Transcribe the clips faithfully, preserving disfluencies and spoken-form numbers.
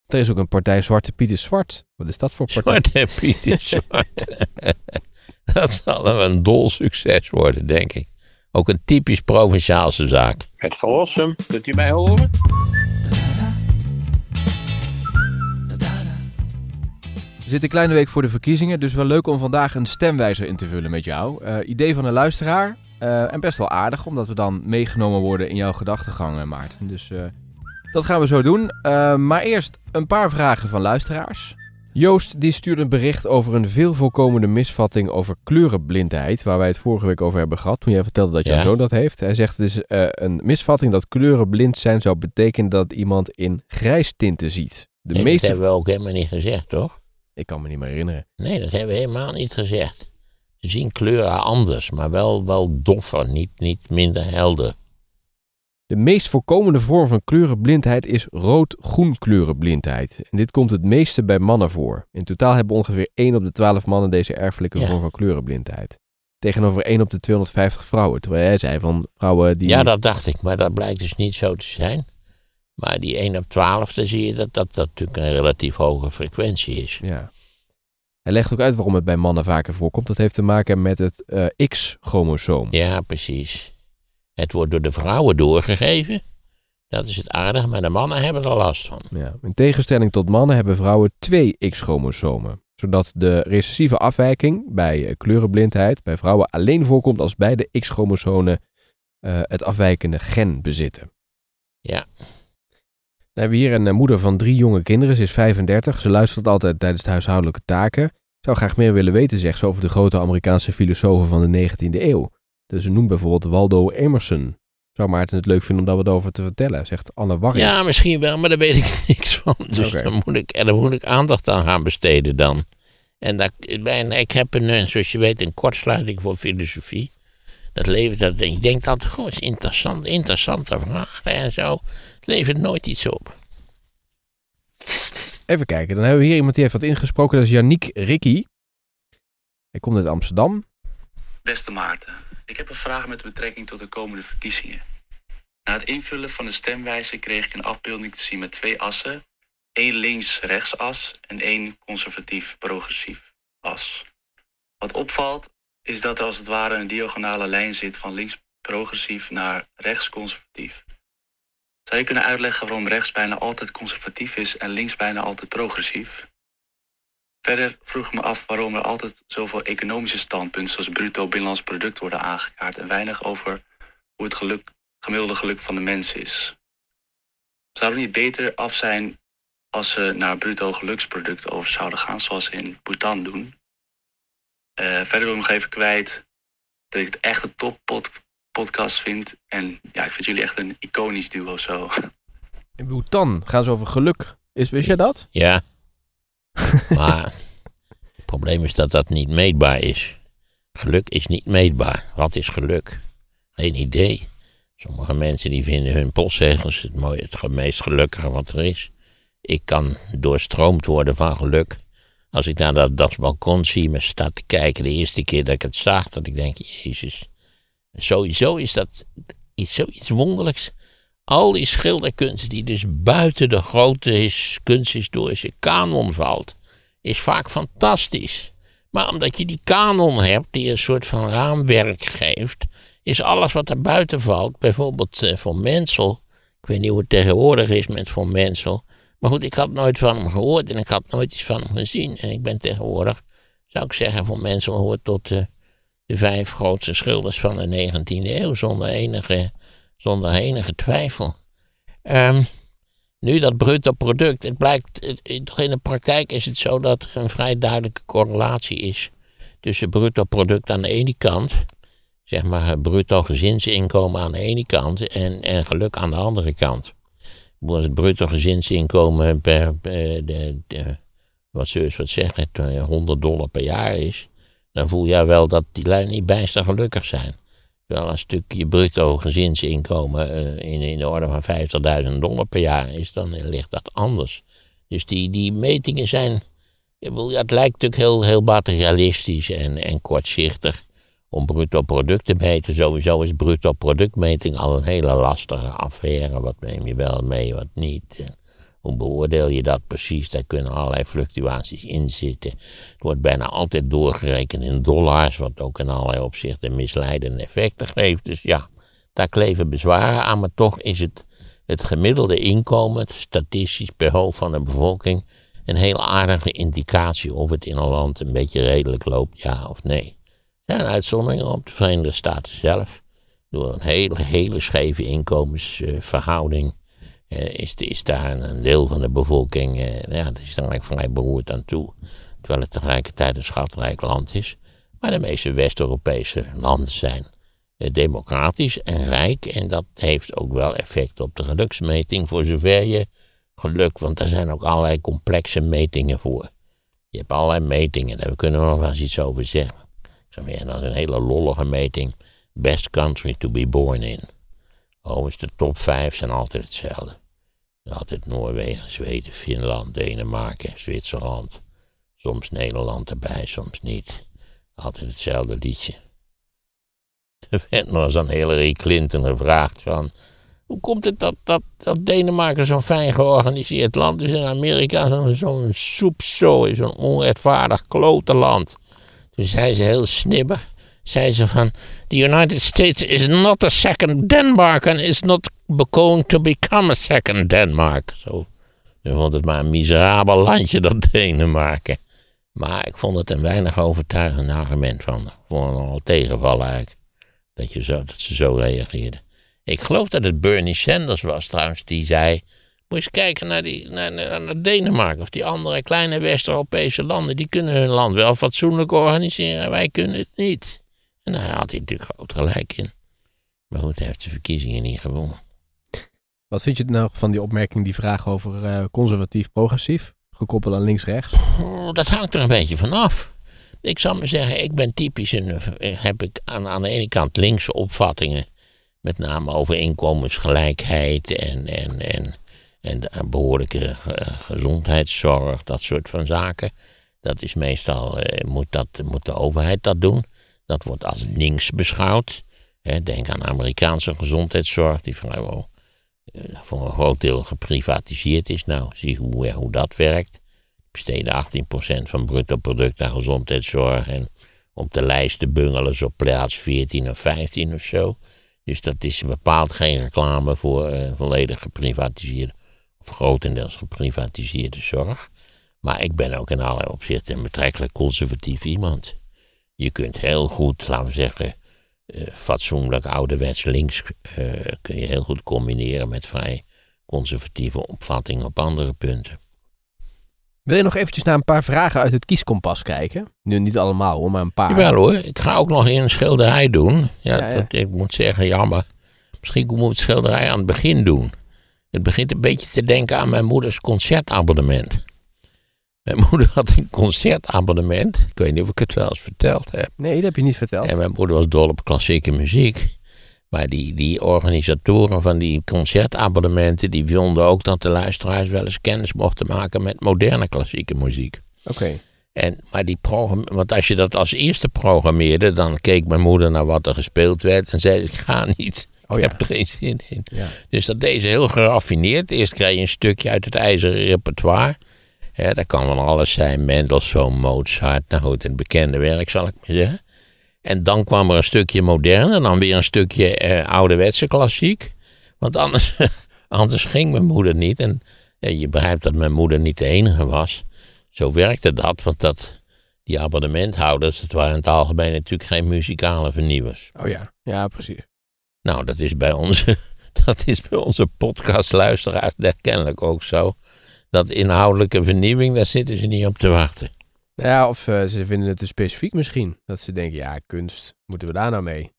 Er is ook een partij Zwarte Piet is Zwart. Wat is dat voor partij? Zwarte Piet is Zwart. Dat zal wel een dol succes worden, denk ik. Ook een typisch Provinciaalse zaak. Het verlossen, kunt u mij horen? We zitten een kleine week voor de verkiezingen, dus wel leuk om vandaag een stemwijzer in te vullen met jou. Uh, idee van een luisteraar uh, en best wel aardig, omdat we dan meegenomen worden in jouw gedachtegang, Maarten. Dus uh, dat gaan we zo doen. Uh, maar eerst een paar vragen van luisteraars. Joost die stuurde een bericht over een veel voorkomende misvatting over kleurenblindheid, waar wij het vorige week over hebben gehad, toen jij vertelde dat jouw Ja. zoon dat heeft. Hij zegt het is uh, een misvatting dat kleurenblind zijn zou betekenen dat iemand in grijstinten ziet. De Nee, meeste... dat hebben we ook helemaal niet gezegd, toch? Ik kan me niet meer herinneren. Nee, dat hebben we helemaal niet gezegd. Ze zien kleuren anders, maar wel, wel doffer, niet, niet minder helder. De meest voorkomende vorm van kleurenblindheid is rood-groen kleurenblindheid. En dit komt het meeste bij mannen voor. In totaal hebben ongeveer één op de twaalf mannen deze erfelijke Ja. vorm van kleurenblindheid. Tegenover één op de tweehonderdvijftig vrouwen. Terwijl jij zei van vrouwen die... Ja, dat dacht ik, maar dat blijkt dus niet zo te zijn. Maar die één op twaalf, dan zie je dat dat, dat natuurlijk een relatief hoge frequentie is. Ja. Hij legt ook uit waarom het bij mannen vaker voorkomt. Dat heeft te maken met het uh, X-chromosoom. Ja, precies. Het wordt door de vrouwen doorgegeven. Dat is het aardige, maar de mannen hebben er last van. Ja. In tegenstelling tot mannen hebben vrouwen twee X-chromosomen. Zodat de recessieve afwijking bij uh, kleurenblindheid bij vrouwen alleen voorkomt als beide X-chromosomen uh, het afwijkende gen bezitten. Ja. Dan hebben we hier een uh, moeder van drie jonge kinderen. Ze is vijfendertig. Ze luistert altijd tijdens de huishoudelijke taken. Zou graag meer willen weten, zegt ze, over de grote Amerikaanse filosofen van de negentiende eeuw. Dus ze noemt bijvoorbeeld Waldo Emerson. Zou Maarten het leuk vinden om daar wat over te vertellen, zegt Anne Warring. Ja, misschien wel, maar daar weet ik niks van. Dus Oké. dan, moet ik, daar moet ik aandacht aan gaan besteden dan. En dat, ik heb een, eh, zoals je weet, een kortsluiting voor filosofie. Dat levert dat. Ik denk dat het gewoon is interessant, interessante vragen en zo. Het levert nooit iets op. Even kijken, dan hebben we hier iemand die heeft wat ingesproken. Dat is Yannick Rikki. Hij komt uit Amsterdam. Beste Maarten, ik heb een vraag met betrekking tot de komende verkiezingen. Na het invullen van de stemwijzer kreeg ik een afbeelding te zien met twee assen. één links-rechts-as en één conservatief-progressief as. Wat opvalt is dat er als het ware een diagonale lijn zit van links-progressief naar rechts-conservatief. Zou je kunnen uitleggen waarom rechts bijna altijd conservatief is en links bijna altijd progressief? Verder vroeg ik me af waarom er altijd zoveel economische standpunten zoals bruto binnenlands product worden aangekaart en weinig over hoe het geluk, gemiddelde geluk van de mens is. Zou het niet beter af zijn als ze naar bruto geluksproduct over zouden gaan, zoals ze in Bhutan doen? Uh, verder wil ik nog even kwijt dat ik het echt een top pod- podcast vind. En ja, ik vind jullie echt een iconisch duo zo. In Bhutan gaan ze over geluk. Is, wist jij dat? Ja. Maar het probleem is dat dat niet meetbaar is. Geluk is niet meetbaar. Wat is geluk? Geen idee. Sommige mensen die vinden hun postzegels het, mooie, het meest gelukkige wat er is. Ik kan doorstroomd worden van geluk. Als ik naar dat dasbalkon zie me staat te kijken, de eerste keer dat ik het zag, dat ik denk, Jezus. Sowieso is dat iets, zoiets wonderlijks. Al die schilderkunst die dus buiten de grote kunsthistorische kanon valt, is vaak fantastisch. Maar omdat je die kanon hebt, die een soort van raamwerk geeft, is alles wat er buiten valt, bijvoorbeeld uh, Von Menzel, ik weet niet hoe het tegenwoordig is met Von Menzel, maar goed, ik had nooit van hem gehoord en ik had nooit iets van hem gezien. En ik ben tegenwoordig, zou ik zeggen, Von Menzel hoort tot uh, de vijf grootste schilders van de negentiende eeuw, zonder enige, zonder enige twijfel. Um, nu dat bruto product, het blijkt, het, het, in de praktijk is het zo dat er een vrij duidelijke correlatie is tussen bruto product aan de ene kant, zeg maar bruto gezinsinkomen aan de ene kant en, en geluk aan de andere kant. Als het bruto gezinsinkomen per, per de, de, wat zullen we wat zeggen, honderd dollar per jaar is, dan voel je wel dat die lui niet bijster gelukkig zijn. Terwijl een stukje bruto gezinsinkomen uh, in, in de orde van vijftigduizend dollar per jaar is, dan ligt dat anders. Dus die, die metingen zijn, ja, het lijkt natuurlijk heel, heel materialistisch en, en kortzichtig om bruto product te meten. Sowieso is bruto productmeting al een hele lastige affaire. Wat neem je wel mee, wat niet. Hoe beoordeel je dat precies? Daar kunnen allerlei fluctuaties in zitten. Het wordt bijna altijd doorgerekend in dollars, wat ook in allerlei opzichten misleidende effecten geeft. Dus ja, daar kleven bezwaren aan, maar toch is het het gemiddelde inkomen, statistisch per hoofd van de bevolking, een heel aardige indicatie of het in een land een beetje redelijk loopt, ja of nee. Er zijn uitzonderingen op, de Verenigde Staten zelf. Door een hele, hele scheve inkomensverhouding uh, is, is daar een deel van de bevolking, uh, ja, dat is er eigenlijk vrij beroerd aan toe. Terwijl het tegelijkertijd een schatrijk land is. Maar de meeste West-Europese landen zijn uh, democratisch en rijk. En dat heeft ook wel effect op de geluksmeting, voor zover je geluk, want daar zijn ook allerlei complexe metingen voor. Je hebt allerlei metingen, daar kunnen we nog wel eens iets over zeggen. Ik zou zeggen, dat is een hele lollige meting. Best country to be born in. Overigens, de top vijf zijn altijd hetzelfde. Altijd Noorwegen, Zweden, Finland, Denemarken, Zwitserland. Soms Nederland erbij, soms niet. Altijd hetzelfde liedje. Er werd nog eens aan Hillary Clinton gevraagd van, hoe komt het dat, dat, dat Denemarken zo'n fijn georganiseerd land is en Amerika zo'n zo'n soepzooi, zo'n onrechtvaardig klote land? Toen zei ze heel snibber, zei ze van, the United States is not a second Denmark and is not going to become a second Denmark. Zo, ze vond het maar een miserabel landje, dat Denemarken. Maar ik vond het een weinig overtuigend argument van haar. Ik vond het nogal tegenvallen eigenlijk, dat, je zo, dat ze zo reageerde. Ik geloof dat het Bernie Sanders was trouwens, die zei, moet je eens kijken naar, die, naar, naar Denemarken of die andere kleine West-Europese landen, die kunnen hun land wel fatsoenlijk organiseren, wij kunnen het niet. En daar had hij natuurlijk groot gelijk in. Maar goed, hij heeft de verkiezingen niet gewonnen. Wat vind je nou van die opmerking, die vraag over uh, conservatief-progressief, gekoppeld aan links-rechts? Oh, dat hangt er een beetje vanaf. Ik zou maar zeggen, ik ben typisch, en heb ik aan, aan de ene kant linkse opvattingen, met name over inkomensgelijkheid en, en, en, en de behoorlijke uh, gezondheidszorg, dat soort van zaken. Dat is meestal, uh, moet, dat, moet de overheid dat doen. Dat wordt als links beschouwd. He, denk aan Amerikaanse gezondheidszorg, die vrijwel uh, voor een groot deel geprivatiseerd is. Nou, zie hoe, uh, hoe dat werkt. Besteden achttien procent van bruto product aan gezondheidszorg. En op de lijsten bungelen ze op plaats veertien of vijftien of zo. Dus dat is bepaald geen reclame voor uh, volledig geprivatiseerde of grotendeels geprivatiseerde zorg. Maar ik ben ook in allerlei opzichten een betrekkelijk conservatief iemand. Je kunt heel goed, laten we zeggen, uh, fatsoenlijk ouderwets links uh, kun je heel goed combineren met vrij conservatieve opvattingen op andere punten. Wil je nog eventjes naar een paar vragen uit het kieskompas kijken? Nu niet allemaal hoor, maar een paar. Jawel hoor, ik ga ook nog een schilderij doen. Ja, ja, ja. Dat, ik moet zeggen, jammer. Misschien moet ik het schilderij aan het begin doen. Het begint een beetje te denken aan mijn moeders concertabonnement. Mijn moeder had een concertabonnement. Ik weet niet of ik het wel eens verteld heb. Nee, dat heb je niet verteld. En mijn moeder was dol op klassieke muziek. Maar die, die organisatoren van die concertabonnementen, die vonden ook dat de luisteraars wel eens kennis mochten maken met moderne klassieke muziek. Oké. Okay. En, maar die program, want als je dat als eerste programmeerde, dan keek mijn moeder naar wat er gespeeld werd en zei, ik ga niet. Oh, ik ja. heb er geen zin in. Ja. Dus dat deed ze heel geraffineerd. Eerst kreeg je een stukje uit het ijzeren repertoire. Ja, dat kan van alles zijn. Mendelssohn, Mozart, nou goed, het bekende werk zal ik maar zeggen. En dan kwam er een stukje moderne, en dan weer een stukje eh, ouderwetse klassiek. Want anders, anders ging mijn moeder niet. En eh, je begrijpt dat mijn moeder niet de enige was. Zo werkte dat, want dat, die abonnementhouders, dat waren in het algemeen natuurlijk geen muzikale vernieuwers. Oh ja, ja precies. Nou, dat is bij onze, dat is bij onze podcastluisteraars kennelijk ook zo. Dat inhoudelijke vernieuwing, daar zitten ze niet op te wachten. Ja, of uh, ze vinden het te specifiek misschien. Dat ze denken, ja, kunst, moeten we daar nou mee?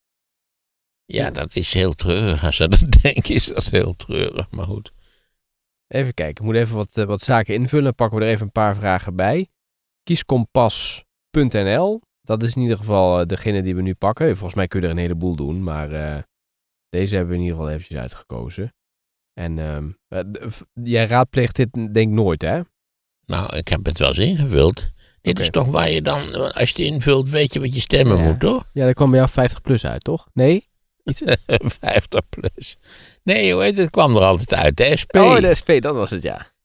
Ja, dat is heel treurig. Als ze dat denken, is dat heel treurig, maar goed. Even kijken, ik moet even wat, uh, wat zaken invullen. Pakken we er even een paar vragen bij. kieskompas punt n l, dat is in ieder geval uh, degene die we nu pakken. Volgens mij kun je er een heleboel doen, maar uh, deze hebben we in ieder geval eventjes uitgekozen. En uh, uh, jij raadpleegt dit denk ik nooit, hè? Nou, ik heb het wel eens ingevuld. Dit okay. is toch waar je dan, als je het invult, weet je wat je stemmen ja. moet, toch? Ja, daar kwam bij jou vijftig plus uit, toch? Nee? Iets... vijftig plus. Nee, hoe heet het? Het kwam er altijd uit, de S P. Oh, de S P, dat was het, ja.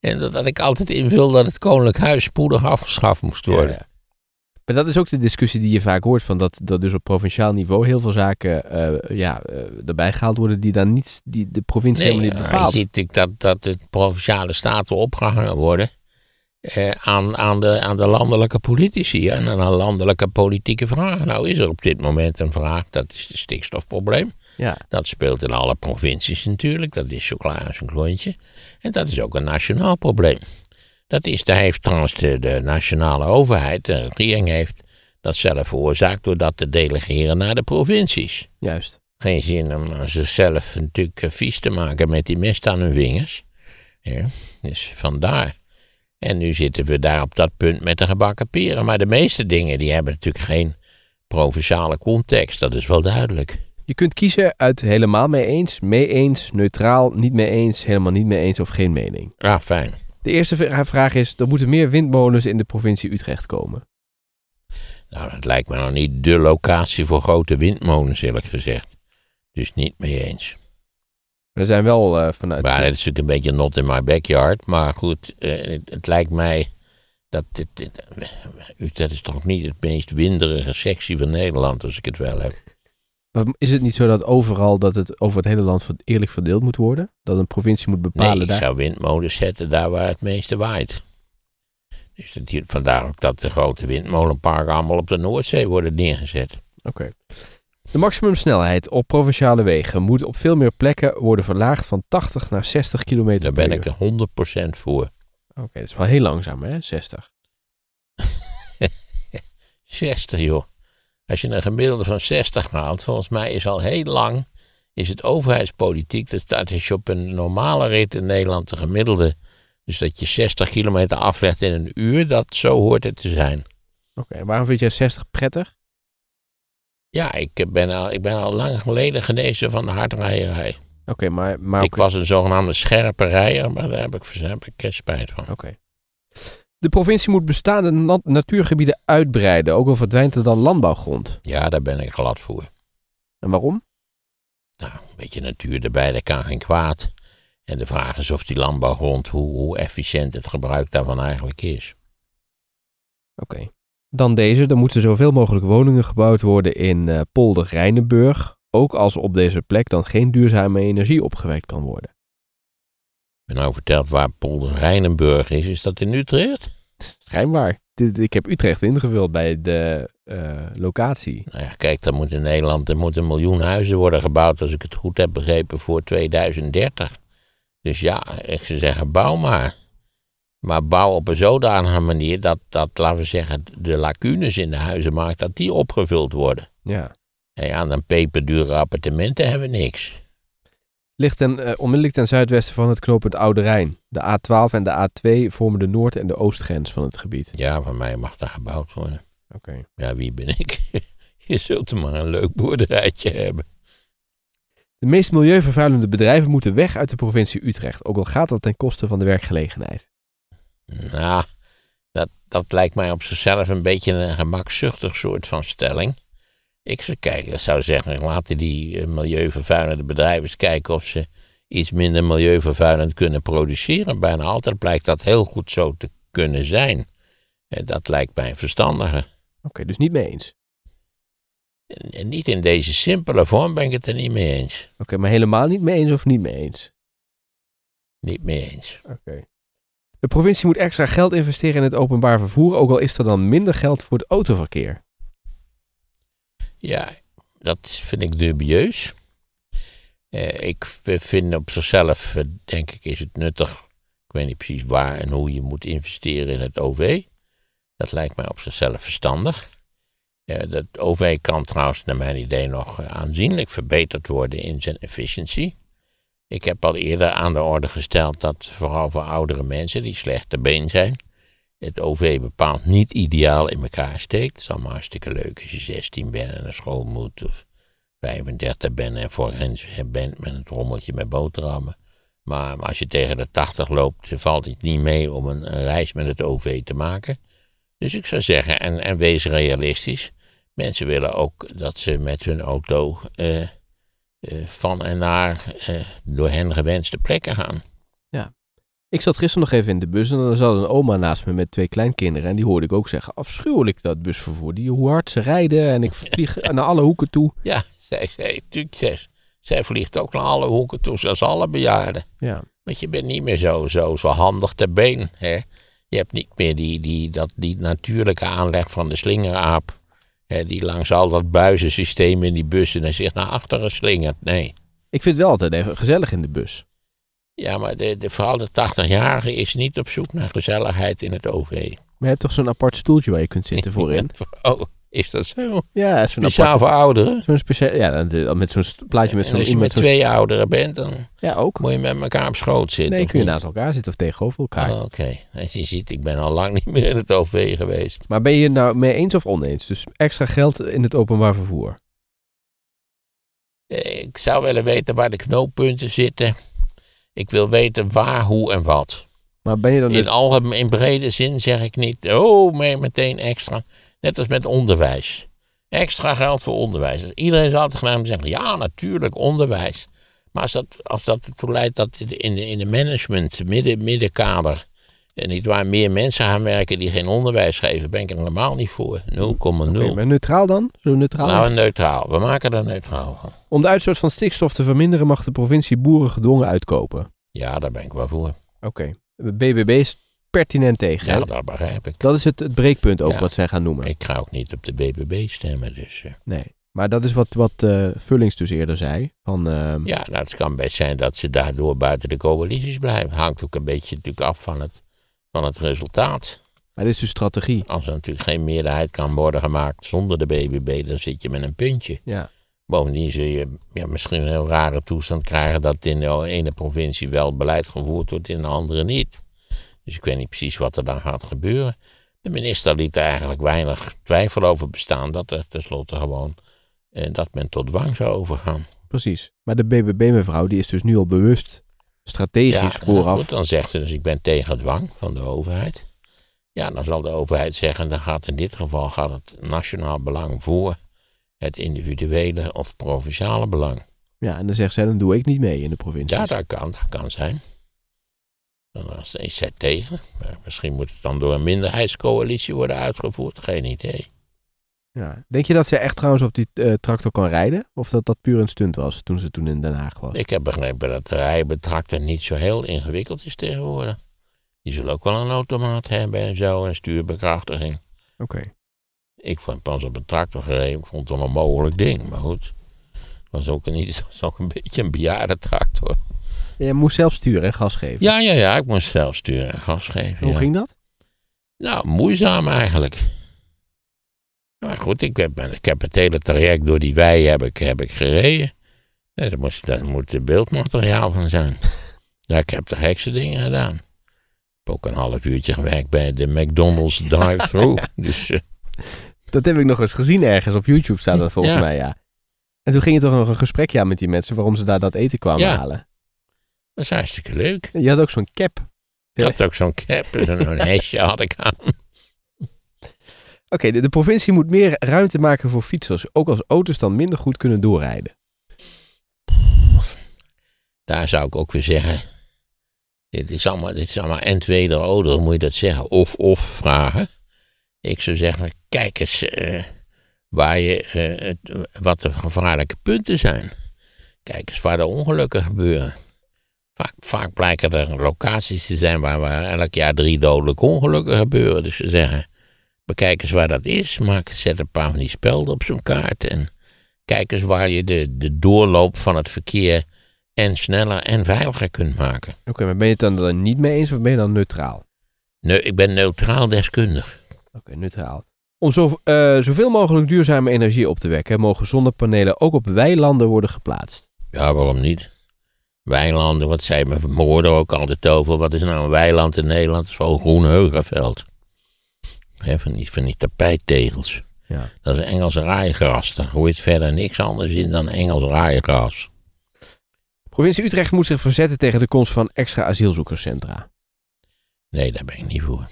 En dat ik altijd invul dat het Koninklijk Huis spoedig afgeschaft moest worden. Ja, ja. Maar dat is ook de discussie die je vaak hoort, van dat, dat dus op provinciaal niveau heel veel zaken uh, ja, uh, erbij gehaald worden die dan niet, die de provincie Nee, helemaal niet je bepaalt. ziet natuurlijk dat, dat de provinciale staten opgehangen worden eh, aan, aan, de, aan de landelijke politici en aan landelijke politieke vragen. Nou is er op dit moment een vraag, dat is het stikstofprobleem. Ja. Dat speelt in alle provincies natuurlijk, dat is zo klaar als een klontje. En dat is ook een nationaal probleem. Dat is, daar heeft trouwens de, de nationale overheid, de regering heeft dat zelf veroorzaakt door dat te delegeren naar de provincies. Juist. Geen zin om zichzelf natuurlijk vies te maken met die mest aan hun vingers. Ja, dus vandaar. En nu zitten we daar op dat punt met de gebakken peren. Maar de meeste dingen die hebben natuurlijk geen provinciale context, dat is wel duidelijk. Je kunt kiezen uit helemaal mee eens, mee eens, neutraal, niet mee eens, helemaal niet mee eens of geen mening. Ja, fijn. De eerste vraag is, er moeten meer windmolens in de provincie Utrecht komen. Nou, dat lijkt me nou niet de locatie voor grote windmolens, eerlijk gezegd. Dus niet mee eens. Er zijn wel uh, vanuit... Maar dat is natuurlijk een beetje not in my backyard. Maar goed, uh, het, het lijkt mij dat dit, dit, Utrecht is toch niet het meest winderige sectie van Nederland, als ik het wel heb. Maar is het niet zo dat overal, dat het over het hele land eerlijk verdeeld moet worden? Dat een provincie moet bepalen Nee, ik daar? zou windmolens zetten daar waar het meeste waait. Dus dat hier, vandaar ook dat de grote windmolenparken allemaal op de Noordzee worden neergezet. Oké. Okay. De maximumsnelheid op provinciale wegen moet op veel meer plekken worden verlaagd van tachtig naar zestig kilometer per uur. Daar ben ik er honderd procent voor. Oké, okay, dat is wel heel langzaam, hè? zestig. zestig, joh. Als je een gemiddelde van zestig haalt, volgens mij is al heel lang, is het overheidspolitiek, dat staat als je op een normale rit in Nederland de gemiddelde, dus dat je zestig kilometer aflegt in een uur, dat zo hoort het te zijn. Oké, okay, waarom vind jij zestig prettig? Ja, ik ben al, ik ben al lang geleden genezen van de hardrijerij. Oké, okay, maar... maar ik was een zogenaamde scherpe rijer, maar daar heb ik, daar heb ik spijt van. Oké. Okay. De provincie moet bestaande nat- natuurgebieden uitbreiden, ook al verdwijnt er dan landbouwgrond. Ja, daar ben ik glad voor. En waarom? Nou, een beetje natuur erbij, dat kan geen kwaad. En de vraag is of die landbouwgrond, hoe, hoe efficiënt het gebruik daarvan eigenlijk is. Oké. Okay. Dan deze, er moeten zoveel mogelijk woningen gebouwd worden in uh, Polder Rijnenburg, ook als op deze plek dan geen duurzame energie opgewekt kan worden. Ik ben nou verteld waar Polder Rijnenburg is. Is dat in Utrecht? Schijnbaar. Ik heb Utrecht ingevuld bij de uh, locatie. Nou ja, kijk, er moet in Nederland er moet een miljoen huizen worden gebouwd, als ik het goed heb begrepen, voor tweeduizend dertig. Dus ja, ik zou zeggen, bouw maar. Maar bouw op een zodanige manier dat, dat, laten we zeggen, de lacunes in de huizenmarkt, dat die opgevuld worden. Ja. En ja, dan peperdure appartementen hebben we niks. Ligt ten, uh, onmiddellijk ten zuidwesten van het knooppunt Oude Rijn. De A twaalf en de A twee vormen de noord- en de oostgrens van het gebied. Ja, van mij mag daar gebouwd worden. Oké. Okay. Ja, wie ben ik? Je zult er maar een leuk boerderijtje hebben. De meest milieuvervuilende bedrijven moeten weg uit de provincie Utrecht, ook al gaat dat ten koste van de werkgelegenheid. Nou, dat, dat lijkt mij op zichzelf een beetje een gemakzuchtig soort van stelling. Ik zou, kijken, ik zou zeggen, laten die milieuvervuilende bedrijven eens kijken of ze iets minder milieuvervuilend kunnen produceren. Bijna altijd blijkt dat heel goed zo te kunnen zijn. En dat lijkt mij verstandiger. Oké, okay, dus niet mee eens? En, en niet in deze simpele vorm ben ik het er niet mee eens. Oké, okay, maar helemaal niet mee eens of niet mee eens? Niet mee eens. Oké. Okay. De provincie moet extra geld investeren in het openbaar vervoer, ook al is er dan minder geld voor het autoverkeer. Ja, dat vind ik dubieus. Eh, ik vind op zichzelf, denk ik, is het nuttig. Ik weet niet precies waar en hoe je moet investeren in het O V. Dat lijkt mij op zichzelf verstandig. Eh, dat O V kan trouwens naar mijn idee nog aanzienlijk verbeterd worden in zijn efficiëntie. Ik heb al eerder aan de orde gesteld dat vooral voor oudere mensen die slecht te been zijn, het O V bepaald niet ideaal in elkaar steekt. Het is allemaal hartstikke leuk als je zestien bent en naar school moet, of vijfendertig bent en voor hen bent met een trommeltje met boterhammen. Maar als je tegen de tachtig loopt, valt het niet mee om een, een reis met het O V te maken. Dus ik zou zeggen, en, en wees realistisch, mensen willen ook dat ze met hun auto uh, uh, van en naar uh, door hen gewenste plekken gaan. Ja. Ik zat gisteren nog even in de bus en er zat een oma naast me met twee kleinkinderen. En die hoorde ik ook zeggen, afschuwelijk dat busvervoer. Die, hoe hard ze rijden en ik vlieg naar alle hoeken toe. Ja, zij, zij, natuurlijk, zij, zij vliegt ook naar alle hoeken toe, zoals alle bejaarden. Ja. Want je bent niet meer zo, zo, zo handig ter been. Hè? Je hebt niet meer die, die, dat, die natuurlijke aanleg van de slingeraap. Hè, die langs al dat buizensysteem in die bussen en zich naar achteren slingert. Nee. Ik vind het wel altijd even gezellig in de bus. Ja, maar de, de, vooral de tachtigjarige is niet op zoek naar gezelligheid in het O V. Maar je hebt toch zo'n apart stoeltje waar je kunt zitten voorin? Oh, is dat zo? Ja, zo'n Speciaal apart, voor ouderen? zo'n speciaal, ja, met zo'n plaatje met En zo'n... als je met zo'n- twee ouderen bent, dan Ja, ook. moet je met elkaar op schoot zitten. Nee, of kun je niet? naast elkaar zitten of tegenover elkaar. Oh, Oké, okay. Als je ziet, ik ben al lang niet meer in het O V geweest. Maar ben je het nou mee eens of oneens? Dus extra geld in het openbaar vervoer? Ik zou willen weten waar de knooppunten zitten. Ik wil weten waar, hoe en wat. Maar ben je dan... In, algemeen, in brede zin zeg ik niet, oh, mee meteen extra. Net als met onderwijs. Extra geld voor onderwijs. Dus iedereen zal altijd gedaan zeggen, ja, natuurlijk, onderwijs. Maar als dat, als dat ertoe leidt dat in de, in de management, midden, middenkader, en niet waar meer mensen gaan werken die geen onderwijs geven, ben ik er helemaal niet voor. nul komma nul. Okay, maar neutraal dan? Zo neutraal? Nou, neutraal. We maken er neutraal van. Om de uitstoot van stikstof te verminderen mag de provincie boeren gedwongen uitkopen. Ja, daar ben ik wel voor. Oké. Okay. De B B B is pertinent tegen. Ja, hè? dat begrijp ik. Dat is het, het breekpunt ook Ja. wat zij gaan noemen. Ik ga ook niet op de B B B stemmen, dus... Uh. Nee. Maar dat is wat, wat uh, Vullings dus eerder zei. Van, uh... Ja, nou, het kan best zijn dat ze daardoor buiten de coalities blijven. Hangt ook een beetje natuurlijk af van het, van het resultaat. Maar dit is dus strategie. Als er natuurlijk geen meerderheid kan worden gemaakt zonder de B B B, dan zit je met een puntje. Ja. Bovendien zul je ja, misschien een heel rare toestand krijgen dat in de ene provincie wel beleid gevoerd wordt, in de andere niet. Dus ik weet niet precies wat er dan gaat gebeuren. De minister liet er eigenlijk weinig twijfel over bestaan dat er tenslotte gewoon eh, dat men tot dwang zou overgaan. Precies. Maar de B B B mevrouw die is dus nu al bewust strategisch Ja, vooraf. goed, dan zegt ze dus ik ben tegen dwang van de overheid. Ja, dan zal de overheid zeggen, dan gaat in dit geval gaat het nationaal belang voor het individuele of provinciale belang. Ja, en dan zegt zij, dan doe ik niet mee in de provincie. Ja, dat kan, dat kan zijn. Dan is zij tegen. Maar misschien moet het dan door een minderheidscoalitie worden uitgevoerd. Geen idee. Ja. Denk je dat zij echt trouwens op die uh, tractor kan rijden? Of dat dat puur een stunt was toen ze toen in Den Haag was? Ik heb begrepen dat de rijden bij tractor niet zo heel ingewikkeld is tegenwoordig. Die zullen ook wel een automaat hebben en zo, en stuurbekrachtiging. Oké. Okay. Ik vond pas op een tractor gereden. Ik vond het een onmogelijk ding. Maar goed, het was ook, niet, was ook een beetje een bejaarde tractor. Je moest zelf sturen en gas geven? Ja, ja, ja. Ik moest zelf sturen en gas geven. Hoe ja. ging dat? Nou, moeizaam eigenlijk. Maar goed, ik heb, ik heb het hele traject door die wei heb ik, heb ik gereden. Ja, daar moet, daar moet beeldmateriaal van zijn. Ja, ik heb de gekste dingen gedaan. Ik heb ook een half uurtje gewerkt bij de McDonald's drive-thru. Ja. Dus, uh, dat heb ik nog eens gezien ergens. Op YouTube staat dat volgens ja. mij, ja. En toen ging je toch nog een gesprekje aan met die mensen waarom ze daar dat eten kwamen ja. halen. Dat is hartstikke leuk. Je had ook zo'n cap. Ik had ook zo'n cap, zo'n hesje had ik aan. Oké, okay, de, de provincie moet meer ruimte maken voor fietsers. Ook als auto's dan minder goed kunnen doorrijden. Daar zou ik ook weer zeggen. Dit is allemaal, dit is allemaal en tweede ouder, moet je dat zeggen. Of, of vragen. Ik zou zeggen, kijk eens uh, waar je, uh, wat de gevaarlijke punten zijn. Kijk eens waar de ongelukken gebeuren. Vaak, vaak blijken er locaties te zijn waar, waar elk jaar drie dodelijke ongelukken gebeuren. Dus ze zeggen, bekijk eens waar dat is. Maak, zet een paar van die spelden op zo'n kaart. En kijk eens waar je de, de doorloop van het verkeer en sneller en veiliger kunt maken. Oké, okay, maar ben je het dan, dan niet mee eens of ben je dan neutraal? Nee, ik ben neutraal deskundig. Oké, okay, neutraal. Om zo, uh, zoveel mogelijk duurzame energie op te wekken, mogen zonnepanelen ook op weilanden worden geplaatst. Ja, waarom niet? Weilanden, wat zei mijn moeder ook altijd over. Wat is nou een weiland in Nederland? Dat is wel een groen heugenveld. He, van, die, van die tapijttegels. Ja. Dat is Engels raaigras. Daar hoort verder niks anders in dan Engels raaigras. Provincie Utrecht moet zich verzetten tegen de komst van extra asielzoekerscentra. Nee, daar ben ik niet voor.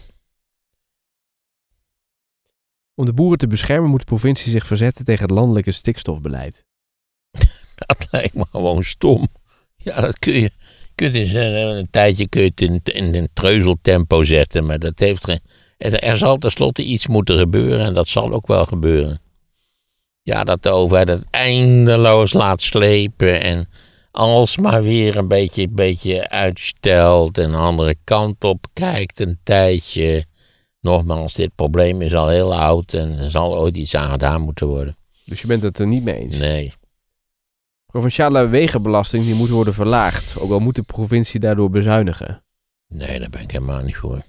Om de boeren te beschermen moet de provincie zich verzetten tegen het landelijke stikstofbeleid. Dat lijkt me gewoon stom. Ja, dat kun je, kun kunt in een, een tijdje kun je het in, in een treuzeltempo zetten, maar dat heeft geen... Er zal tenslotte iets moeten gebeuren en dat zal ook wel gebeuren. Ja, dat de overheid het eindeloos laat slepen en alsmaar weer een beetje, beetje uitstelt en de andere kant op kijkt een tijdje. Nogmaals, dit probleem is al heel oud en er zal ooit iets aan gedaan moeten worden. Dus je bent het er niet mee eens? Nee. Provinciale wegenbelasting die moet worden verlaagd. Ook al moet de provincie daardoor bezuinigen. Nee, daar ben ik helemaal niet voor.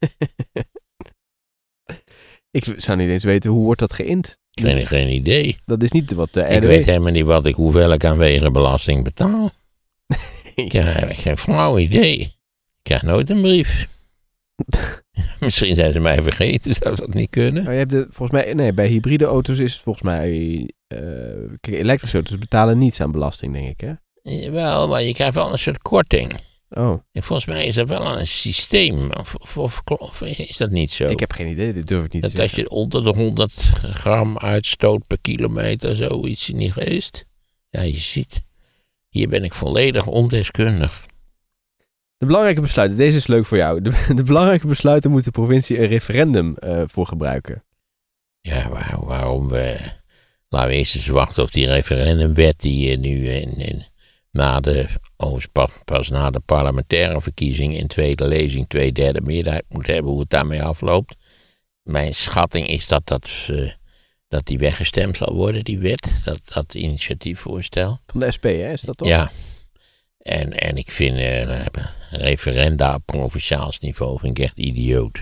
Ik zou niet eens weten, hoe wordt dat geïnd? Geen, geen idee. Dat is niet wat de R D W... Ik weet helemaal niet wat ik, hoeveel ik aan wegenbelasting betaal. Ik heb eigenlijk geen flauw idee. Ik krijg nooit een brief. Misschien zijn ze mij vergeten, zou dat niet kunnen? Maar je hebt de, volgens mij, nee, bij hybride auto's is het volgens mij... Uh, kijk, elektrische auto's betalen niets aan belasting, denk ik, hè? Jawel, maar je krijgt wel een soort korting. Oh. En volgens mij is er wel een systeem. Of, of, of, of is dat niet zo? Ik heb geen idee, dit durf ik niet dat te zeggen. Dat je onder de honderd gram uitstoot per kilometer, zoiets niet geweest. Ja, je ziet. Hier ben ik volledig ondeskundig. De belangrijke besluiten, deze is leuk voor jou. De, de belangrijke besluiten moet de provincie een referendum uh, voor gebruiken. Ja, waar, waarom we... Laten we eerst eens wachten of die referendumwet die uh, nu in, in, na de, oh, pas, pas na de parlementaire verkiezing in tweede lezing twee derde meerderheid moet hebben, hoe het daarmee afloopt. Mijn schatting is dat, dat, uh, dat die weggestemd zal worden, die wet, dat, dat initiatiefvoorstel. Van de S P, hè? Is dat toch? Ja. En, en ik vind uh, referenda op provinciaals niveau vind ik echt idioot.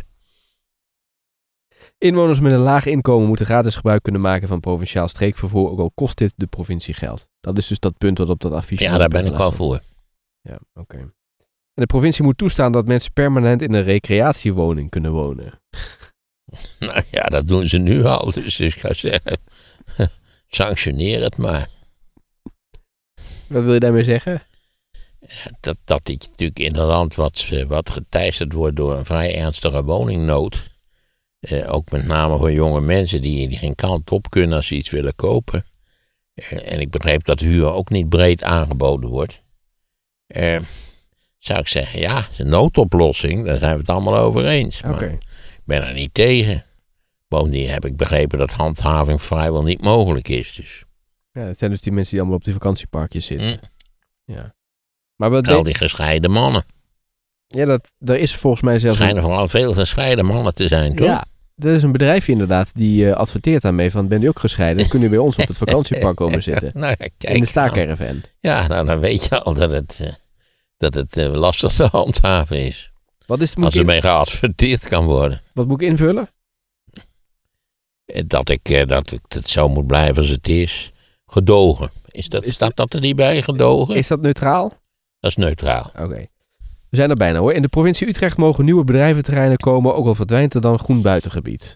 Inwoners met een laag inkomen moeten gratis gebruik kunnen maken van provinciaal streekvervoer, ook al kost dit de provincie geld. Dat is dus dat punt wat op dat affiche... Ja, daar ben ik wel voor. Ja, oké. Okay. En de provincie moet toestaan dat mensen permanent in een recreatiewoning kunnen wonen. Nou ja, dat doen ze nu al, dus ik ga zeggen, sanctioneer het maar. Wat wil je daarmee zeggen? Dat, dat ik natuurlijk in een land wat, wat geteisterd wordt door een vrij ernstige woningnood... Uh, ook met name voor jonge mensen die, die geen kant op kunnen als ze iets willen kopen. Uh, en ik begreep dat huur ook niet breed aangeboden wordt. Uh, zou ik zeggen, ja, een noodoplossing, daar zijn we het allemaal over eens. Maar okay. Ik ben er niet tegen. Bovendien heb ik begrepen dat handhaving vrijwel niet mogelijk is. Dus. Ja, het zijn dus die mensen die allemaal op die vakantieparkjes zitten. Mm. Ja. Maar wat Al die gescheiden mannen. Ja, dat, er is volgens mij zelfs... Er schijnen vooral veel gescheiden mannen te zijn, toch? Ja, er is een bedrijfje inderdaad die uh, adverteert daarmee van, ben je ook gescheiden? Dan kun je bij ons op het vakantiepark komen zitten. Nou ja, kijk, in de staakerven. Ja, nou dan weet je al dat het, uh, dat het uh, lastig te handhaven is. Wat is het, als er in... mee geadverteerd kan worden. Wat moet ik invullen? Dat ik, uh, dat ik het zo moet blijven als het is. Gedogen. Is dat, is staat dat er niet bij, gedogen? Is dat neutraal? Dat is neutraal. Oké. Okay. We zijn er bijna hoor. In de provincie Utrecht mogen nieuwe bedrijventerreinen komen, ook al verdwijnt er dan groen buitengebied.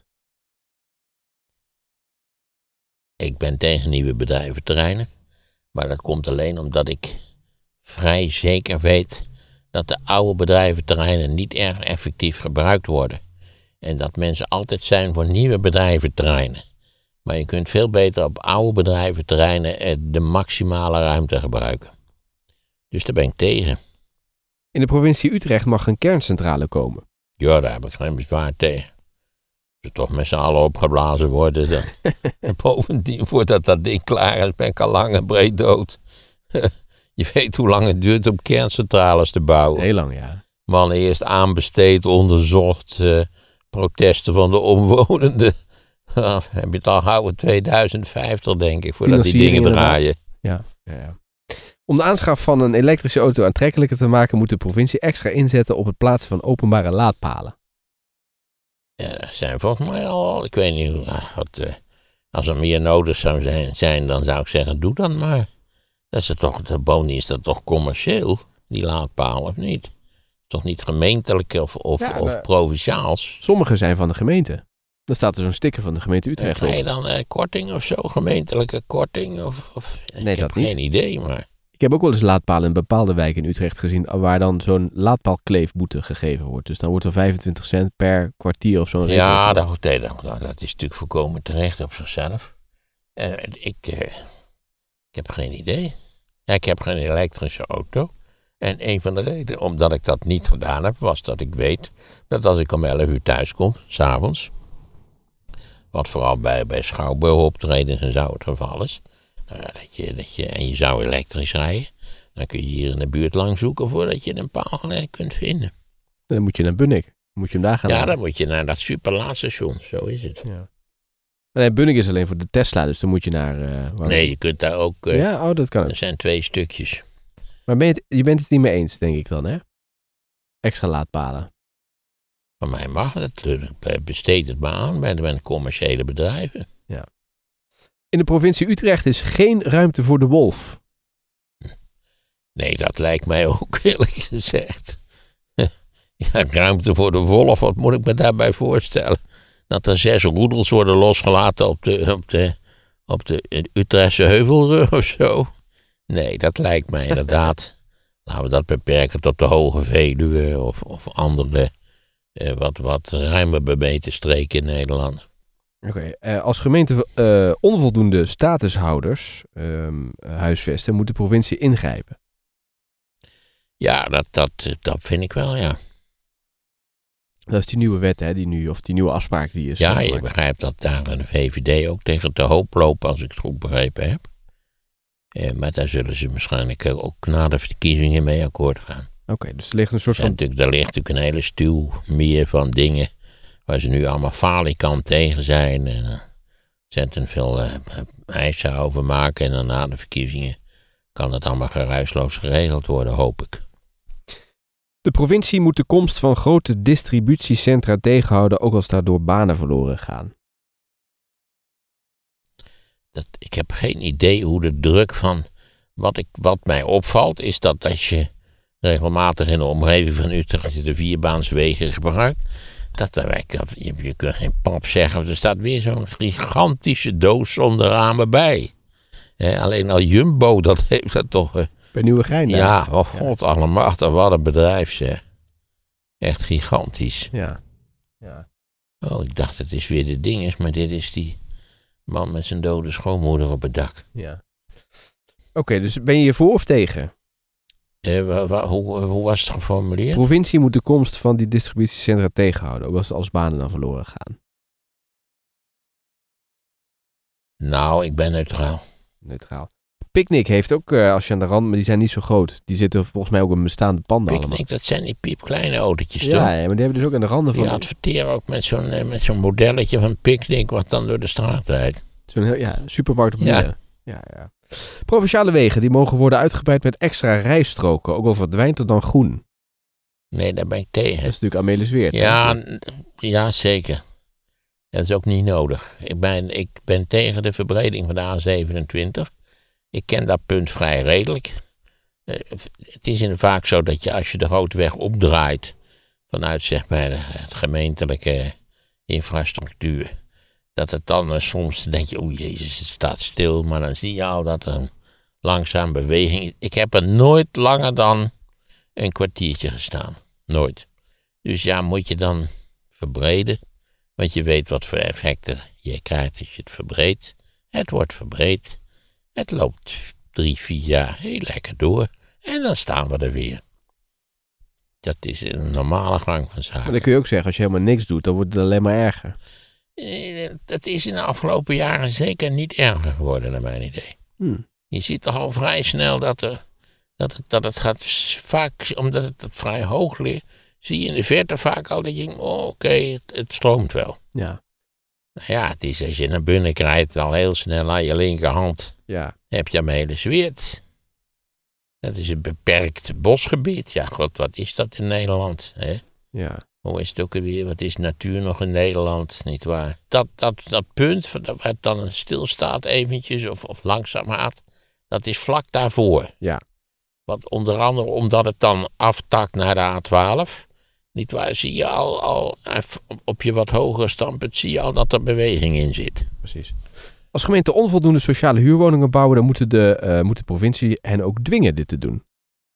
Ik ben tegen nieuwe bedrijventerreinen. Maar dat komt alleen omdat ik vrij zeker weet dat de oude bedrijventerreinen niet erg effectief gebruikt worden. En dat mensen altijd zijn voor nieuwe bedrijventerreinen. Maar je kunt veel beter op oude bedrijventerreinen de maximale ruimte gebruiken. Dus daar ben ik tegen. In de provincie Utrecht mag een kerncentrale komen. Ja, daar heb ik geen bezwaar tegen. Als ze toch met z'n allen opgeblazen worden. Dan. En bovendien, voordat dat ding klaar is, ben ik al lang en breed dood. Je weet hoe lang het duurt om kerncentrales te bouwen. Heel lang, ja. Man, eerst aanbesteed, onderzocht, uh, protesten van de omwonenden. Dan heb je het al gauw in tweeduizend vijftig, denk ik, voordat die dingen draaien. Ja, ja, ja. Om de aanschaf van een elektrische auto aantrekkelijker te maken, moet de provincie extra inzetten op het plaatsen van openbare laadpalen. Ja, dat zijn volgens mij al, ik weet niet, wat, uh, als er meer nodig zou zijn, zijn, dan zou ik zeggen, doe dan maar. Dat is toch, de bovendien is dat toch commercieel, die laadpalen, of niet? Toch niet gemeentelijk of, of, ja, of provinciaals? Sommige zijn van de gemeente. Dan staat er zo'n sticker van de gemeente Utrecht op. Krijg je dan uh, korting of zo, gemeentelijke korting? Of, of, nee, ik dat heb niet. geen idee, maar... Ik heb ook wel eens laadpalen in bepaalde wijken in Utrecht gezien, waar dan zo'n laadpaalkleefboete gegeven wordt. Dus dan wordt er vijfentwintig cent per kwartier of zo'n. Ja, dat, dat, dat is natuurlijk volkomen terecht op zichzelf. Uh, ik, uh, ik heb geen idee. Ja, ik heb geen elektrische auto. En een van de redenen omdat ik dat niet gedaan heb, was dat ik weet dat als ik om elf uur thuis kom, 's avonds, wat vooral bij, bij schouwburgoptredens en zo het geval is, uh, dat je, dat je, en je zou elektrisch rijden, dan kun je hier in de buurt lang zoeken voordat je een paal kunt vinden. Dan moet je naar Bunnik. Moet je hem daar gaan Ja, halen. dan moet je naar dat superlaadstation, zo is het. Ja. Nee, Bunnik is alleen voor de Tesla, dus dan moet je naar... Uh, waar Nee, je kunt daar ook, uh, ja, oh, dat kan ook. er zijn twee stukjes. Maar ben je, het, je bent het niet mee eens, denk ik dan, hè? Extra laadpalen. Van mij mag het, besteed het maar aan bij de, bij de commerciële bedrijven. Ja. In de provincie Utrecht is geen ruimte voor de wolf. Nee, dat lijkt mij ook eerlijk gezegd. Ja, ruimte voor de wolf, wat moet ik me daarbij voorstellen? Dat er zes roedels worden losgelaten op de, op de, op de Utrechtse heuvelrug of zo? Nee, dat lijkt mij inderdaad. Laten we dat beperken tot de Hoge Veluwe of, of andere eh, wat, wat ruimer bemeten streken in Nederland. Oké, okay, uh, als gemeente uh, onvoldoende statushouders uh, huisvesten, moet de provincie ingrijpen. Ja, dat, dat, dat vind ik wel, ja. Dat is die nieuwe wet, hè, die nu, of die nieuwe afspraak die is. Ja, je begrijpt dat daar de V V D ook tegen te hoop lopen, als ik het goed begrepen heb. Eh, maar daar zullen ze waarschijnlijk ook na de verkiezingen mee akkoord gaan. Oké, okay, dus er ligt een soort van... Natuurlijk, er ligt natuurlijk een hele stuw meer van dingen waar ze nu allemaal falikant tegen zijn. En uh, ontzettend veel uh, eisen over maken. En dan na de verkiezingen kan het allemaal geruisloos geregeld worden, hoop ik. De provincie moet de komst van grote distributiecentra tegenhouden, ook als daardoor banen verloren gaan. Dat, ik heb geen idee hoe de druk van... Wat, ik, wat mij opvalt is dat als je regelmatig in de omgeving van Utrecht de vierbaanswegen gebruikt, dat, dat, dat je, je kunt geen pap zeggen, er staat weer zo'n gigantische doos zonder ramen bij. He, alleen al Jumbo, dat heeft dat toch... Uh, Bij Nieuwegein. Ja, oh god, allemaal, wat een bedrijf zeg. Echt gigantisch. Ja. Ja. Oh, ik dacht het is weer de dinges, maar dit is die man met zijn dode schoonmoeder op het dak. Ja. Oké, okay, dus ben je hier voor of tegen? Eh, wa, wa, hoe, hoe was het geformuleerd? De provincie moet de komst van die distributiecentra tegenhouden, ook als, als banen dan verloren gaan. Nou, ik ben neutraal. Neutraal. Picnic heeft ook, uh, als je aan de rand, maar die zijn niet zo groot. Die zitten volgens mij ook in bestaande panden Picnic, allemaal. dat zijn die piepkleine autootjes, ja, toch? Ja, maar die hebben dus ook aan de randen van... Die adverteren ook met zo'n, uh, met zo'n modelletje van Picnic wat dan door de straat rijdt. Zo'n heel, ja, supermarkt op ja. midden. Ja, ja. Provinciale wegen, die mogen worden uitgebreid met extra rijstroken. Ook al verdwijnt er dan groen. Nee, daar ben ik tegen. Dat is natuurlijk Amelis Weert. Ja, ja, zeker. Dat is ook niet nodig. Ik ben, ik ben tegen de verbreding van de A zevenentwintig. Ik ken dat punt vrij redelijk. Uh, het is in vaak zo dat je als je de grote weg opdraait vanuit zeg maar de gemeentelijke infrastructuur, dat het dan uh, soms denk je, oeh jezus, het staat stil, maar dan zie je al dat er een langzaam beweging is. Ik heb er nooit langer dan een kwartiertje gestaan. Nooit. Dus ja, moet je dan verbreden, want je weet wat voor effecten je krijgt als je het verbreedt. Het wordt verbreed. Het loopt drie, vier jaar heel lekker door. En dan staan we er weer. Dat is een normale gang van zaken. Maar dan kun je ook zeggen, als je helemaal niks doet, dan wordt het alleen maar erger. Eh, dat is in de afgelopen jaren zeker niet erger geworden, naar mijn idee. Hmm. Je ziet toch al vrij snel dat, er, dat, het, dat het gaat vaak, omdat het vrij hoog ligt, zie je in de verte vaak al dat je denkt, oh, oké, okay, het, het stroomt wel. Ja. Nou ja, het is als je naar binnen rijdt, al heel snel aan je linkerhand. Ja. Heb je Amelis Weert. Dat is een beperkt bosgebied. Ja, god, wat is dat in Nederland? Hè? Ja. Hoe is het ook alweer? Wat is natuur nog in Nederland? Niet waar? Dat, dat, dat punt waar het dan stilstaat eventjes of, of langzaam gaat, dat is vlak daarvoor. Ja. Want onder andere omdat het dan aftakt naar de A twaalf. Niet waar? Zie je al, al op je wat hogere standpunt zie je al dat er beweging in zit. Precies. Als gemeente onvoldoende sociale huurwoningen bouwen, dan moet de, uh, moet de provincie hen ook dwingen dit te doen.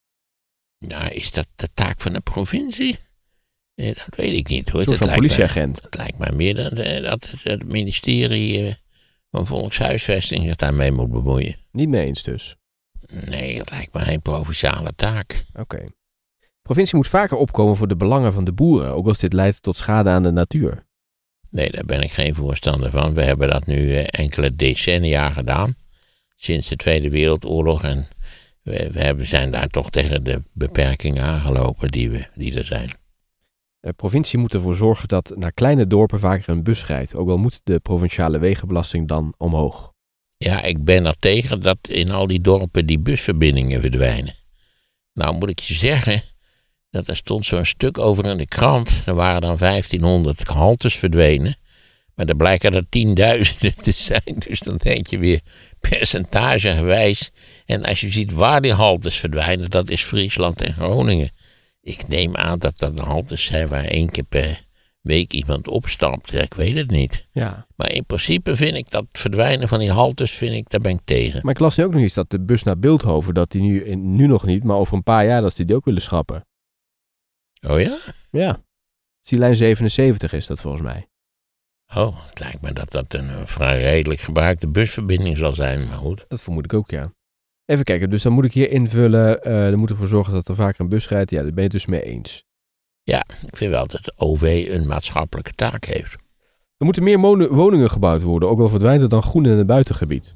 Nou, is dat de taak van de provincie? Nee, dat weet ik niet hoor. Een soort van politieagent. Het lijkt mij meer dan de, dat het, het ministerie uh, van Volkshuisvesting zich daarmee moet bemoeien. Niet mee eens dus. Nee, dat lijkt me geen provinciale taak. Oké. Okay. De provincie moet vaker opkomen voor de belangen van de boeren, ook als dit leidt tot schade aan de natuur. Nee, daar ben ik geen voorstander van. We hebben dat nu uh, enkele decennia gedaan. Sinds de Tweede Wereldoorlog. En we, we hebben, zijn daar toch tegen de beperkingen aangelopen die, we, die er zijn. De provincie moet ervoor zorgen dat naar kleine dorpen vaker een bus rijdt. Ook al moet de provinciale wegenbelasting dan omhoog. Ja, ik ben er tegen dat in al die dorpen die busverbindingen verdwijnen. Nou moet ik je zeggen, dat er stond zo'n stuk over in de krant. Er waren dan vijftienhonderd haltes verdwenen. Maar er blijken er tienduizenden te zijn. Dus dan denk je weer percentagegewijs. En als je ziet waar die haltes verdwijnen, dat is Friesland en Groningen. Ik neem aan dat dat de haltes zijn waar één keer per week iemand opstapt. Ja, ik weet het niet. Ja. Maar in principe vind ik dat verdwijnen van die haltes, vind ik, daar ben ik tegen. Maar ik las nu ook nog eens dat de bus naar Bilthoven, dat die nu, nu nog niet, maar over een paar jaar dat die die ook willen schrappen. Oh ja? Ja. Die lijn zevenenzeventig is dat volgens mij. Oh, het lijkt me dat dat een uh, vrij redelijk gebruikte busverbinding zal zijn, maar goed. Dat vermoed ik ook, ja. Even kijken, dus dan moet ik hier invullen, uh, er moet ervoor zorgen dat er vaker een bus rijdt. Ja, daar ben je het dus mee eens. Ja, ik vind wel dat de O V een maatschappelijke taak heeft. Er moeten meer woningen gebouwd worden, ook al verdwijnt er dan groen in het buitengebied.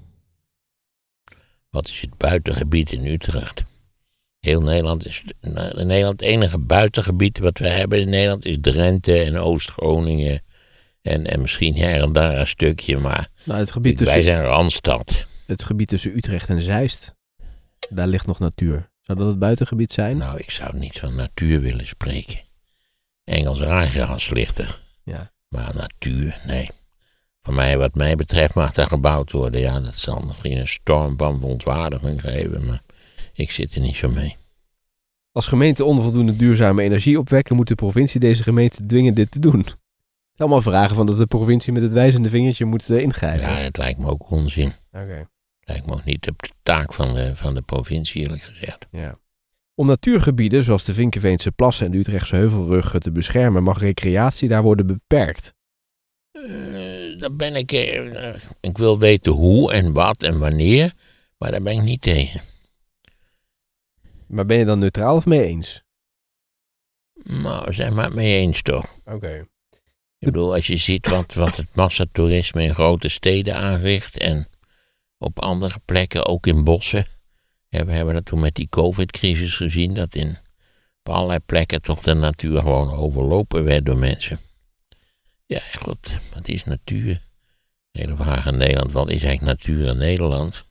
Wat is het buitengebied in Utrecht? Heel Nederland is, in Nederland het enige buitengebied wat we hebben in Nederland is Drenthe en Oost-Groningen. En, en misschien her en daar een stukje, maar nou, het gebied tussen, wij zijn Randstad. Het gebied tussen Utrecht en Zeist, daar ligt nog natuur. Zou dat het buitengebied zijn? Nou, ik zou niet van natuur willen spreken. Engels raargras ligt er. Ja. Maar natuur, nee. Voor mij, wat mij betreft, mag daar gebouwd worden. Ja, dat zal misschien een storm van verontwaardiging geven, maar ik zit er niet zo mee. Als gemeente onvoldoende duurzame energie opwekken, moet de provincie deze gemeente dwingen dit te doen. Allemaal vragen van dat de provincie met het wijzende vingertje moet uh, ingrijpen. Ja, dat lijkt me ook onzin. Oké. Okay. Lijkt me ook niet de taak van de, van de provincie, eerlijk gezegd. Ja. Om natuurgebieden, zoals de Vinkeveense plassen en de Utrechtse Heuvelrug te beschermen, mag recreatie daar worden beperkt. Uh, daar ben ik... Uh, ik wil weten hoe en wat en wanneer, maar daar ben ik niet tegen. Maar ben je dan neutraal of mee eens? Nou, zeg maar mee eens toch. Oké. Okay. Ik bedoel, als je ziet wat, wat het massatoerisme in grote steden aanricht en op andere plekken, ook in bossen. Ja, we hebben dat toen met die covid-crisis gezien, dat in, op allerlei plekken toch de natuur gewoon overlopen werd door mensen. Ja, goed, wat is natuur? Hele vraag in Nederland, wat is eigenlijk natuur in Nederland?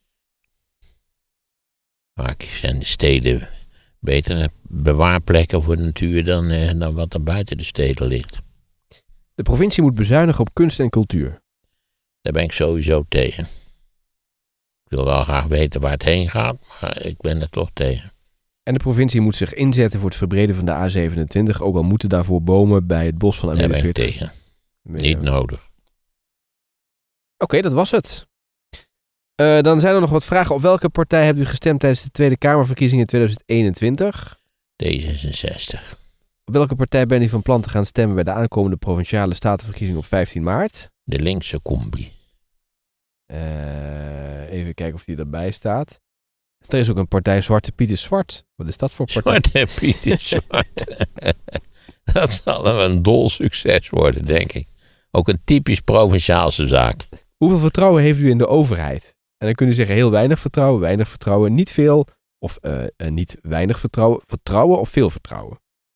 Vaak zijn de steden betere bewaarplekken voor de natuur dan, eh, dan wat er buiten de steden ligt. De provincie moet bezuinigen op kunst en cultuur. Daar ben ik sowieso tegen. Ik wil wel graag weten waar het heen gaat, maar ik ben er toch tegen. En de provincie moet zich inzetten voor het verbreden van de A zevenentwintig, ook al moeten daarvoor bomen bij het bos van Amelis Daar ben ik tegen. Niet nodig. Oké, okay, dat was het. Uh, dan zijn er nog wat vragen. Op welke partij hebt u gestemd tijdens de Tweede Kamerverkiezingen tweeduizend eenentwintig? D zesenzestig. Op welke partij ben u van plan te gaan stemmen bij de aankomende Provinciale Statenverkiezingen op vijftien maart? De linkse combi. Uh, even kijken of die erbij staat. Er is ook een partij Zwarte Piet is Zwart. Wat is dat voor partij? Zwarte Piet is Zwart. Dat zal wel een dol succes worden, denk ik. Ook een typisch provinciaalse zaak. Hoeveel vertrouwen heeft u in de overheid? En dan kun je zeggen heel weinig vertrouwen, weinig vertrouwen, niet veel of uh, uh, niet weinig vertrouwen, vertrouwen of veel vertrouwen.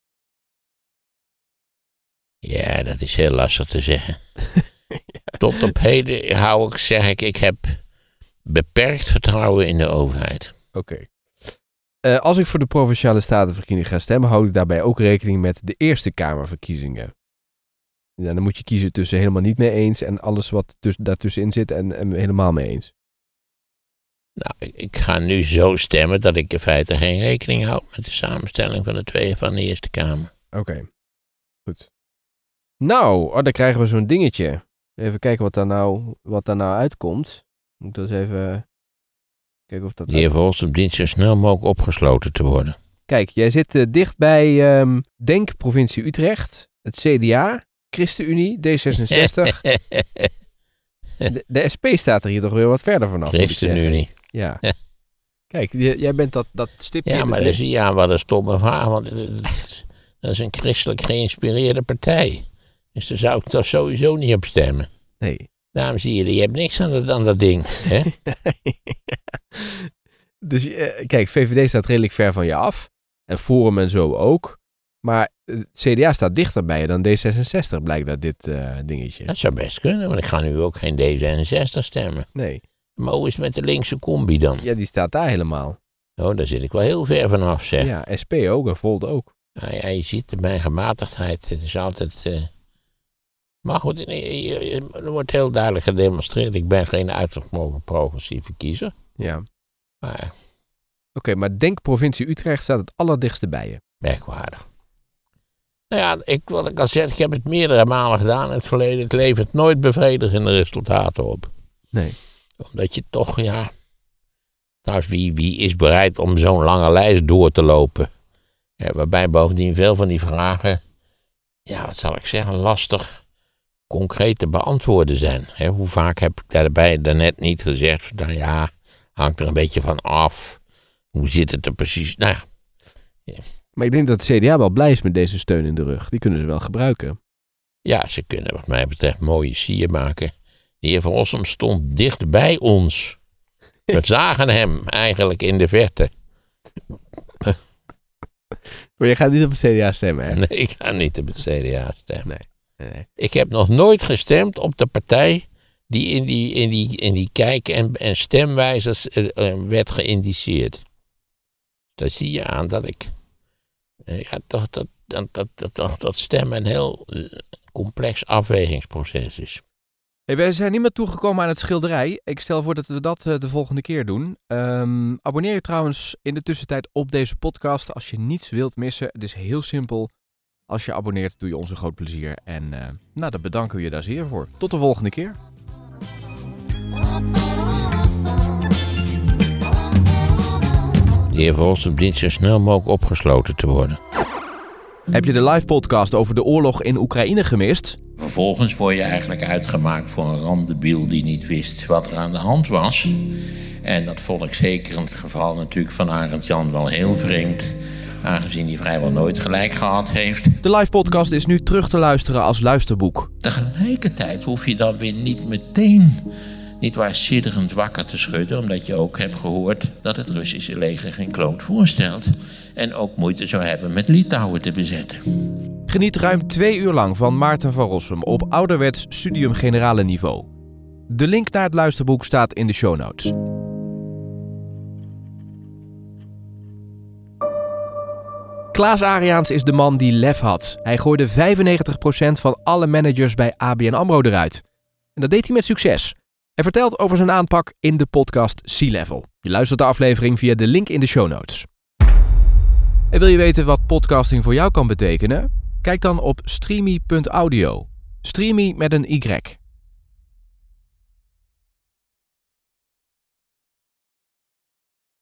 Ja, dat is heel lastig te zeggen. Ja. Tot op heden hou ik, zeg ik, ik heb beperkt vertrouwen in de overheid. Oké. Okay. Uh, als ik voor de Provinciale Statenverkiezingen ga stemmen, houd ik daarbij ook rekening met de Eerste Kamerverkiezingen. Ja, dan moet je kiezen tussen helemaal niet mee eens en alles wat tuss- daartussenin zit en, en helemaal mee eens. Nou, ik ga nu zo stemmen dat ik in feite geen rekening houd met de samenstelling van de twee van de Eerste Kamer. Oké, okay. Goed. Nou, oh, dan krijgen we zo'n dingetje. Even kijken wat daar nou, wat daar nou uitkomt. Moet ik dat eens even kijken of dat... De heer Verhulst dient zo snel mogelijk opgesloten te worden. Kijk, jij zit uh, dicht bij um, Denk Provincie Utrecht, het C D A, ChristenUnie, D zesenzestig. de, de S P staat er hier toch weer wat verder vanaf. ChristenUnie. Ja. Kijk, j- jij bent dat, dat stipje Ja, in maar het dan licht. zie je aan wat een stomme vraag. Want het is- dat is een christelijk geïnspireerde partij. Dus daar zou ik toch sowieso niet op stemmen. Nee. Daarom zie je, je hebt niks aan dat, aan dat ding. Hè? Dus eh, kijk, V V D staat redelijk ver van je af. En Forum en zo ook. Maar het C D A staat dichter bij je dan D zesenzestig, blijkt uit dit uh, dingetje. Dat zou best kunnen, want ik ga nu ook geen D zesenzestig stemmen. Nee. Maar hoe is het met de linkse combi dan? Ja, die staat daar helemaal. Oh, daar zit ik wel heel ver vanaf, zeg. Ja, S P ook en Volt ook. Nou ja, je ziet mijn gematigdheid. Het is altijd... Uh... Maar goed, er wordt heel duidelijk gedemonstreerd. Ik ben geen uitgesproken progressieve kiezer. Ja. Maar... Oké, okay, maar denk provincie Utrecht staat het allerdichtste bij je. Merkwaardig. Nou ja, ik, wat ik al zeg, ik heb het meerdere malen gedaan in het verleden. Het levert nooit bevredigende resultaten op. Nee. Omdat je toch, ja... Trouwens, wie, wie is bereid om zo'n lange lijst door te lopen? Ja, waarbij bovendien veel van die vragen... Ja, wat zal ik zeggen, lastig... concreet te beantwoorden zijn. He, hoe vaak heb ik daarbij daarnet niet gezegd... Nou ja, hangt er een beetje van af. Hoe zit het er precies? Nou ja. Ja. Maar ik denk dat het C D A wel blij is met deze steun in de rug. Die kunnen ze wel gebruiken. Ja, ze kunnen wat mij betreft mooie sier maken. De heer Van Rossum stond dicht bij ons. We zagen hem eigenlijk in de verte. Maar je gaat niet op het C D A stemmen, hè? Nee, ik ga niet op het C D A stemmen. Nee. Nee, nee. Ik heb nog nooit gestemd op de partij die in die, in die, in die kijk- en, en stemwijzers uh, uh, werd geïndiceerd. Daar zie je aan dat ik... Uh, ja, toch dat, dat, dat, dat, dat, dat stemmen een heel uh, complex afwegingsproces is. Hey, wij zijn niet meer toegekomen aan het schilderij. Ik stel voor dat we dat uh, de volgende keer doen. Um, abonneer je trouwens in de tussentijd op deze podcast als je niets wilt missen. Het is heel simpel. Als je abonneert, doe je ons een groot plezier. En uh, nou, daar bedanken we je daar zeer voor. Tot de volgende keer. De heer Volsum dient zo snel mogelijk opgesloten te worden. Heb je de live podcast over de oorlog in Oekraïne gemist? Vervolgens word je eigenlijk uitgemaakt voor een randebiel die niet wist wat er aan de hand was. En dat vond ik zeker in het geval natuurlijk van Arend Jan wel heel vreemd. Aangezien hij vrijwel nooit gelijk gehad heeft. De live podcast is nu terug te luisteren als luisterboek. Tegelijkertijd hoef je dan weer niet meteen, niet waar sidderend wakker te schudden. Omdat je ook hebt gehoord dat het Russische leger geen kloot voorstelt. En ook moeite zou hebben met Litouwen te bezetten. Geniet ruim twee uur lang van Maarten van Rossum op ouderwets Studium Generale niveau. De link naar het luisterboek staat in de show notes. Klaas Ariaans is de man die lef had. Hij gooide vijfennegentig procent van alle managers bij A B N AMRO eruit. En dat deed hij met succes. Hij vertelt over zijn aanpak in de podcast C-Level. Je luistert de aflevering via de link in de show notes. En wil je weten wat podcasting voor jou kan betekenen? Kijk dan op streamy punt audio. Streamy met een Y.